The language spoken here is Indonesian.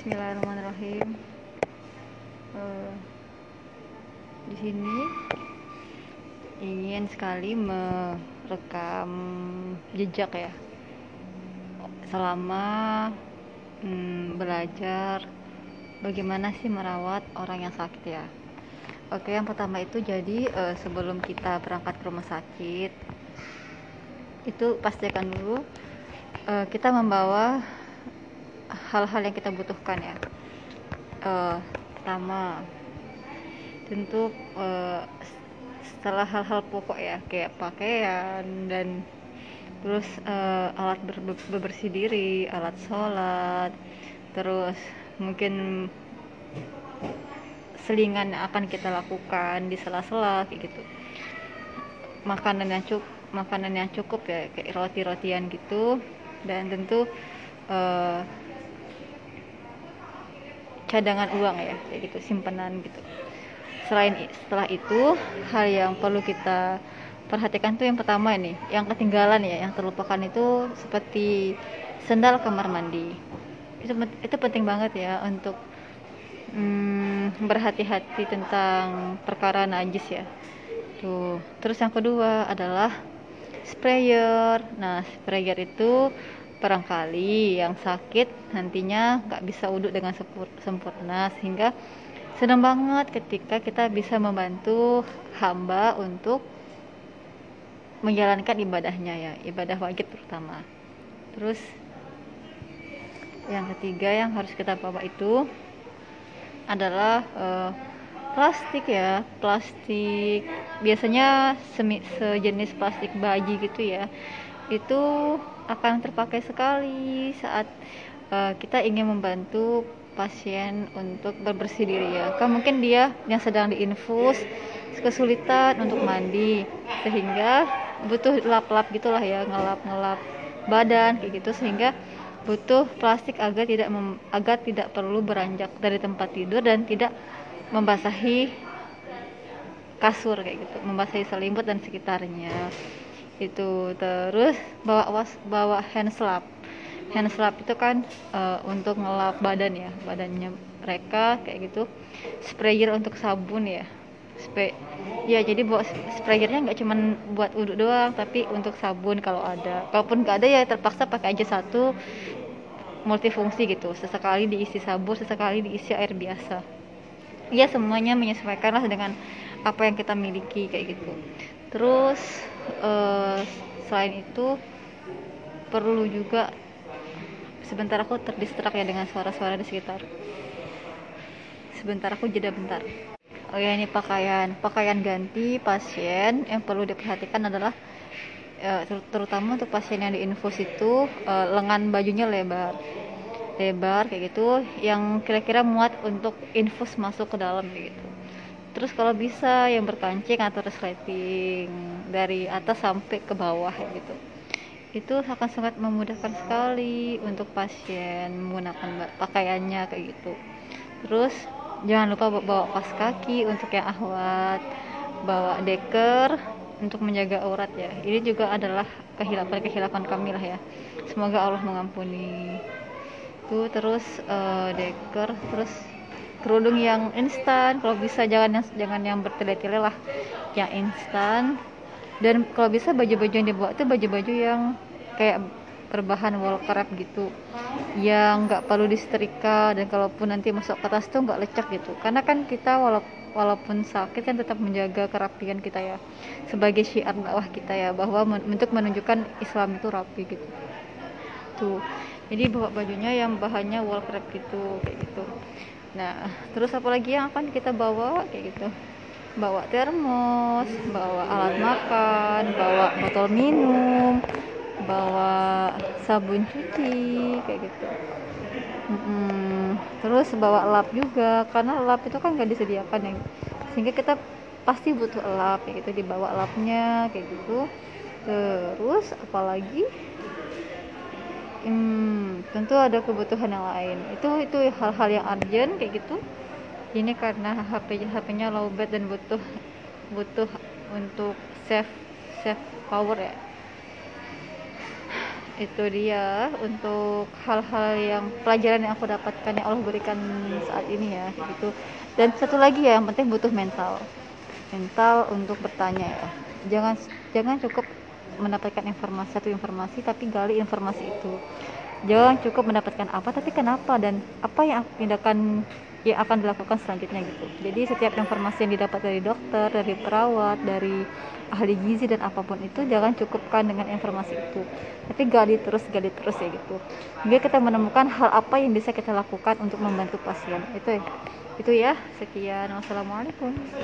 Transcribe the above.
Bismillahirrahmanirrahim. Di sini ingin sekali merekam jejak ya selama belajar bagaimana sih merawat orang yang sakit ya. Oke, yang pertama itu jadi sebelum kita berangkat ke rumah sakit itu pastikan dulu kita membawa hal-hal yang kita butuhkan ya. Pertama tentu setelah hal-hal pokok ya kayak pakaian dan terus alat bebersih diri, alat sholat, terus mungkin selingan yang akan kita lakukan di sela-sela kayak gitu, makanan yang cukup ya kayak roti-rotian gitu, dan tentu cadangan uang ya kayak gitu, simpanan gitu. Setelah itu hal yang perlu kita perhatikan tuh yang pertama ini, yang ketinggalan ya, yang terlupakan itu seperti sendal kamar mandi. Itu penting banget ya untuk berhati-hati tentang perkara najis ya. Tuh. Terus yang kedua adalah sprayer. Nah, sprayer itu barangkali yang sakit nantinya nggak bisa wudhu dengan sempurna, sehingga senang banget ketika kita bisa membantu hamba untuk menjalankan ibadahnya ya, ibadah wajib terutama. Terus yang ketiga yang harus kita bawa itu adalah plastik ya, plastik biasanya sejenis plastik baji gitu ya, itu akan terpakai sekali saat kita ingin membantu pasien untuk berbersih diri ya. Kan mungkin dia yang sedang diinfus kesulitan untuk mandi sehingga butuh lap-lap gitulah ya, ngelap badan kayak gitu, sehingga butuh plastik agar tidak perlu beranjak dari tempat tidur dan tidak membasahi kasur kayak gitu, membasahi selimut dan sekitarnya itu. Terus bawa hand slap itu kan untuk ngelap badannya mereka kayak gitu. Sprayer untuk sabun ya, ya jadi bawa sprayernya nggak cuma buat wudhu doang, tapi untuk sabun kalau ada. Kalaupun nggak ada ya terpaksa pakai aja satu multifungsi gitu, sesekali diisi sabun, sesekali diisi air biasa ya, semuanya menyesuaikanlah dengan apa yang kita miliki kayak gitu. Terus selain itu perlu juga, sebentar aku terdistrak ya dengan suara-suara di sekitar, sebentar aku jeda bentar. Oh ya, ini pakaian ganti pasien yang perlu diperhatikan adalah terutama untuk pasien yang diinfus itu lengan bajunya lebar kayak gitu, yang kira-kira muat untuk infus masuk ke dalam kayak gitu. Terus kalau bisa yang berkancing atau resleting dari atas sampai ke bawah kayak gitu, itu akan sangat memudahkan sekali untuk pasien menggunakan pakaiannya kayak gitu. Terus jangan lupa bawa kaos kaki untuk yang ahwat, bawa deker untuk menjaga aurat ya. Ini juga adalah kehilapan kami lah ya, semoga Allah mengampuni. Tuh, terus deker, terus kerudung yang instan, kalau bisa jangan yang bertele-tele lah, yang instan. Dan kalau bisa baju-baju yang dibawa itu baju-baju yang kayak berbahan wall wrap gitu, yang nggak perlu disetrika, dan kalaupun nanti masuk ke tas tuh nggak lecek gitu, karena kan kita walaupun sakit kan tetap menjaga kerapian kita ya, sebagai syiar dakwah kita ya, bahwa untuk menunjukkan Islam itu rapi gitu. Tuh, jadi bawa bajunya yang bahannya wall wrap gitu kayak gitu. Nah, terus apalagi yang akan kita bawa kayak gitu, bawa termos, bawa alat makan, bawa botol minum, bawa sabun cuci kayak gitu. Terus bawa lap juga, karena lap itu kan gak disediakan ya, sehingga kita pasti butuh lap kayak gitu, dibawa lapnya kayak gitu. Terus apalagi tentu ada kebutuhan yang lain, itu hal-hal yang urgent kayak gitu. Ini karena HP-nya lowbat dan butuh untuk save power ya. Itu dia untuk hal-hal yang pelajaran yang aku dapatkan yang Allah berikan saat ini ya gitu. Dan satu lagi ya, yang penting butuh mental untuk bertanya ya. jangan jangan cukup mendapatkan satu informasi tapi gali informasi itu. Jangan cukup mendapatkan apa tapi kenapa dan apa yang tindakan yang akan dilakukan selanjutnya gitu. Jadi setiap informasi yang didapat dari dokter, dari perawat, dari ahli gizi dan apapun itu, jangan cukupkan dengan informasi itu tapi gali terus ya gitu, hingga kita menemukan hal apa yang bisa kita lakukan untuk membantu pasien itu ya. Sekian, wassalamualaikum.